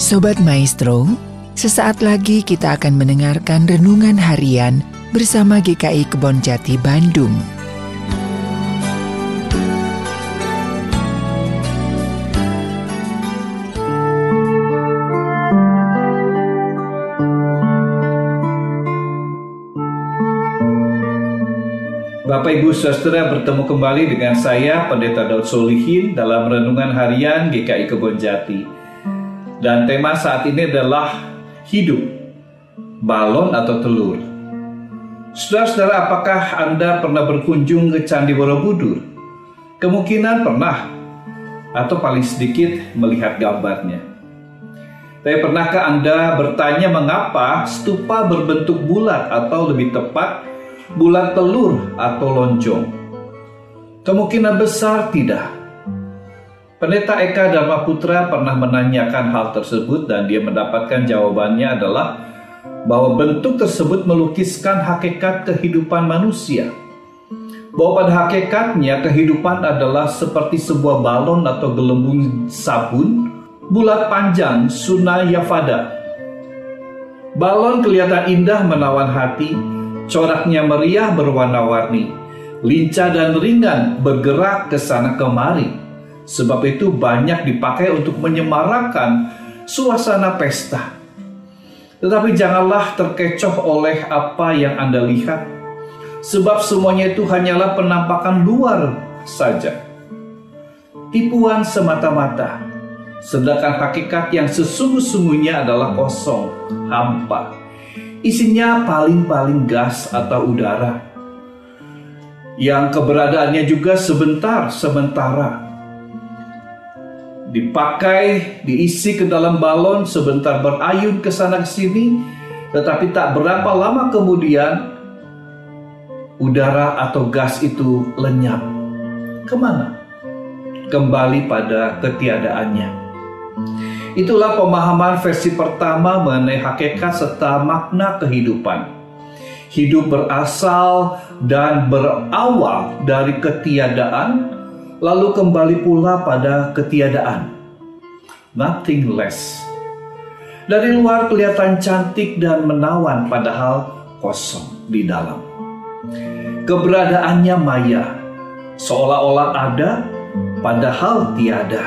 Sobat Maestro, sesaat lagi kita akan mendengarkan renungan harian bersama GKI Kebonjati Bandung. Bapak Ibu Saudara, bertemu kembali dengan saya Pendeta Daud Solihin dalam renungan harian GKI Kebonjati. Dan tema saat ini adalah hidup, balon atau telur. Saudara-saudara, apakah Anda pernah berkunjung ke Candi Borobudur? Kemungkinan pernah, atau paling sedikit melihat gambarnya. Tapi pernahkah Anda bertanya mengapa stupa berbentuk bulat atau lebih tepat bulat telur atau lonjong? Kemungkinan besar tidak. Pendeta Eka Dharma Putra pernah menanyakan hal tersebut dan dia mendapatkan jawabannya adalah bahwa bentuk tersebut melukiskan hakikat kehidupan manusia. Bahwa pada hakikatnya kehidupan adalah seperti sebuah balon atau gelembung sabun bulat panjang Sunayavada. Balon kelihatan indah menawan hati, coraknya meriah berwarna-warni, lincah dan ringan bergerak ke sana kemari. Sebab itu banyak dipakai untuk menyemarakkan suasana pesta. Tetapi janganlah terkecoh oleh apa yang Anda lihat, sebab semuanya itu hanyalah penampakan luar saja, tipuan semata-mata. Sedangkan hakikat yang sesungguh-sungguhnya adalah kosong, hampa. Isinya paling-paling gas atau udara, yang keberadaannya juga sebentar-sementara. Dipakai, diisi ke dalam balon, sebentar berayun ke sana ke sini, tetapi tak berapa lama kemudian udara atau gas itu lenyap. Kemana? Kembali pada ketiadaannya. Itulah pemahaman versi pertama mengenai hakikat serta makna kehidupan. Hidup berasal dan berawal dari ketiadaan, lalu kembali pula pada ketiadaan. Nothing less. Dari luar kelihatan cantik dan menawan, padahal kosong di dalam. Keberadaannya maya, seolah-olah ada, padahal tiada.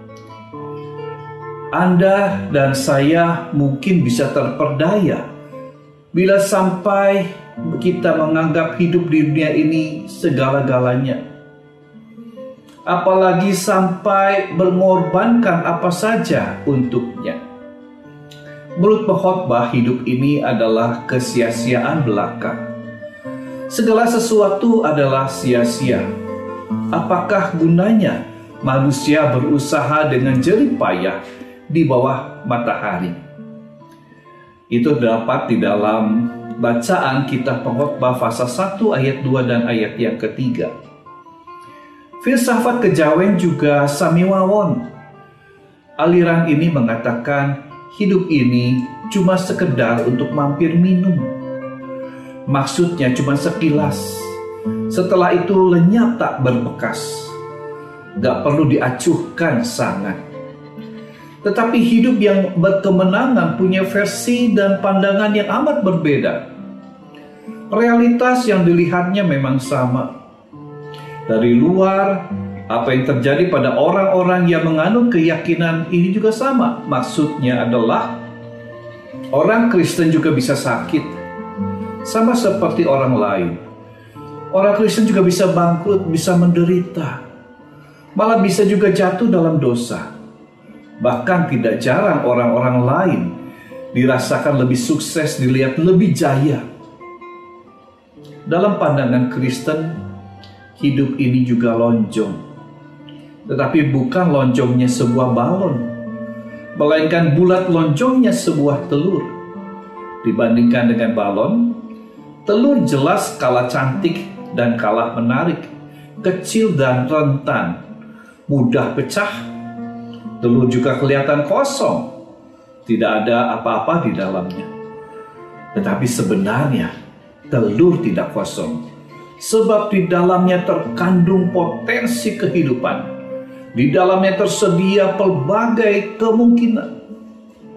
Anda dan saya mungkin bisa terperdaya bila sampai kita menganggap hidup di dunia ini segala-galanya. Apalagi sampai mengorbankan apa saja untuknya. Menurut pengkhotbah, hidup ini adalah kesia-siaan belaka. Segala sesuatu adalah sia-sia. Apakah gunanya manusia berusaha dengan jerih payah di bawah matahari? Itu dapat di dalam bacaan kitab Pengkhotbah pasal 1 ayat 2 dan ayat yang ketiga. Filsafat kejawen juga samiwawon. Aliran ini mengatakan hidup ini cuma sekedar untuk mampir minum. Maksudnya cuma sekilas. Setelah itu lenyap tak berbekas. Gak perlu diacuhkan sangat. Tetapi hidup yang berkemenangan punya versi dan pandangan yang amat berbeda. Realitas yang dilihatnya memang sama. Dari luar, apa yang terjadi pada orang-orang yang menganut keyakinan ini juga sama. Maksudnya adalah orang Kristen juga bisa sakit, sama seperti orang lain. Orang Kristen juga bisa bangkrut, bisa menderita, malah bisa juga jatuh dalam dosa. Bahkan tidak jarang orang-orang lain dirasakan lebih sukses, dilihat lebih jaya. Dalam pandangan Kristen, hidup ini juga lonjong. Tetapi bukan lonjongnya sebuah balon, melainkan bulat lonjongnya sebuah telur. Dibandingkan dengan balon, telur jelas kalah cantik dan kalah menarik, kecil dan rentan, mudah pecah. Telur juga kelihatan kosong, tidak ada apa-apa di dalamnya. Tetapi sebenarnya telur tidak kosong, sebab di dalamnya terkandung potensi kehidupan. Di dalamnya tersedia pelbagai kemungkinan.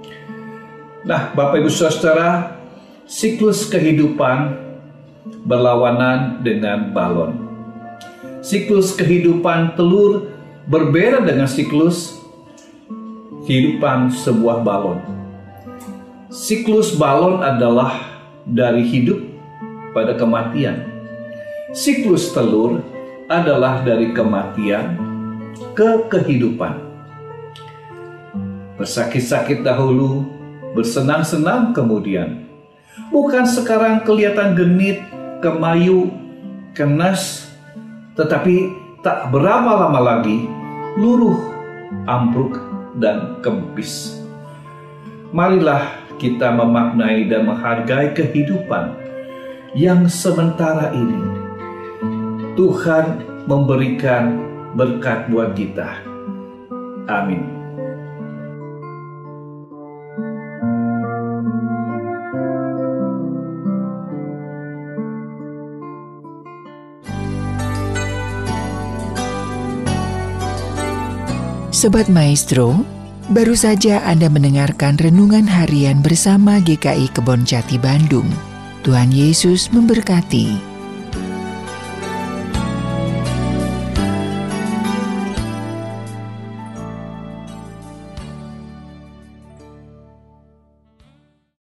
Nah, Bapak Ibu Saudara, siklus kehidupan berlawanan dengan balon. Siklus kehidupan telur berbeda dengan siklus kehidupan sebuah balon. Siklus balon adalah dari hidup pada kematian. Siklus telur adalah dari kematian ke kehidupan. Bersakit-sakit dahulu, bersenang-senang kemudian. Bukan sekarang kelihatan genit, kemayu, kenas, tetapi tak berapa lama lagi luruh, ambruk, dan kempis. Marilah kita memaknai dan menghargai kehidupan yang sementara ini. Tuhan memberikan berkat buat kita. Amin. Sobat Maestro, baru saja Anda mendengarkan Renungan Harian bersama GKI Kebon Jati Bandung. Tuhan Yesus memberkati.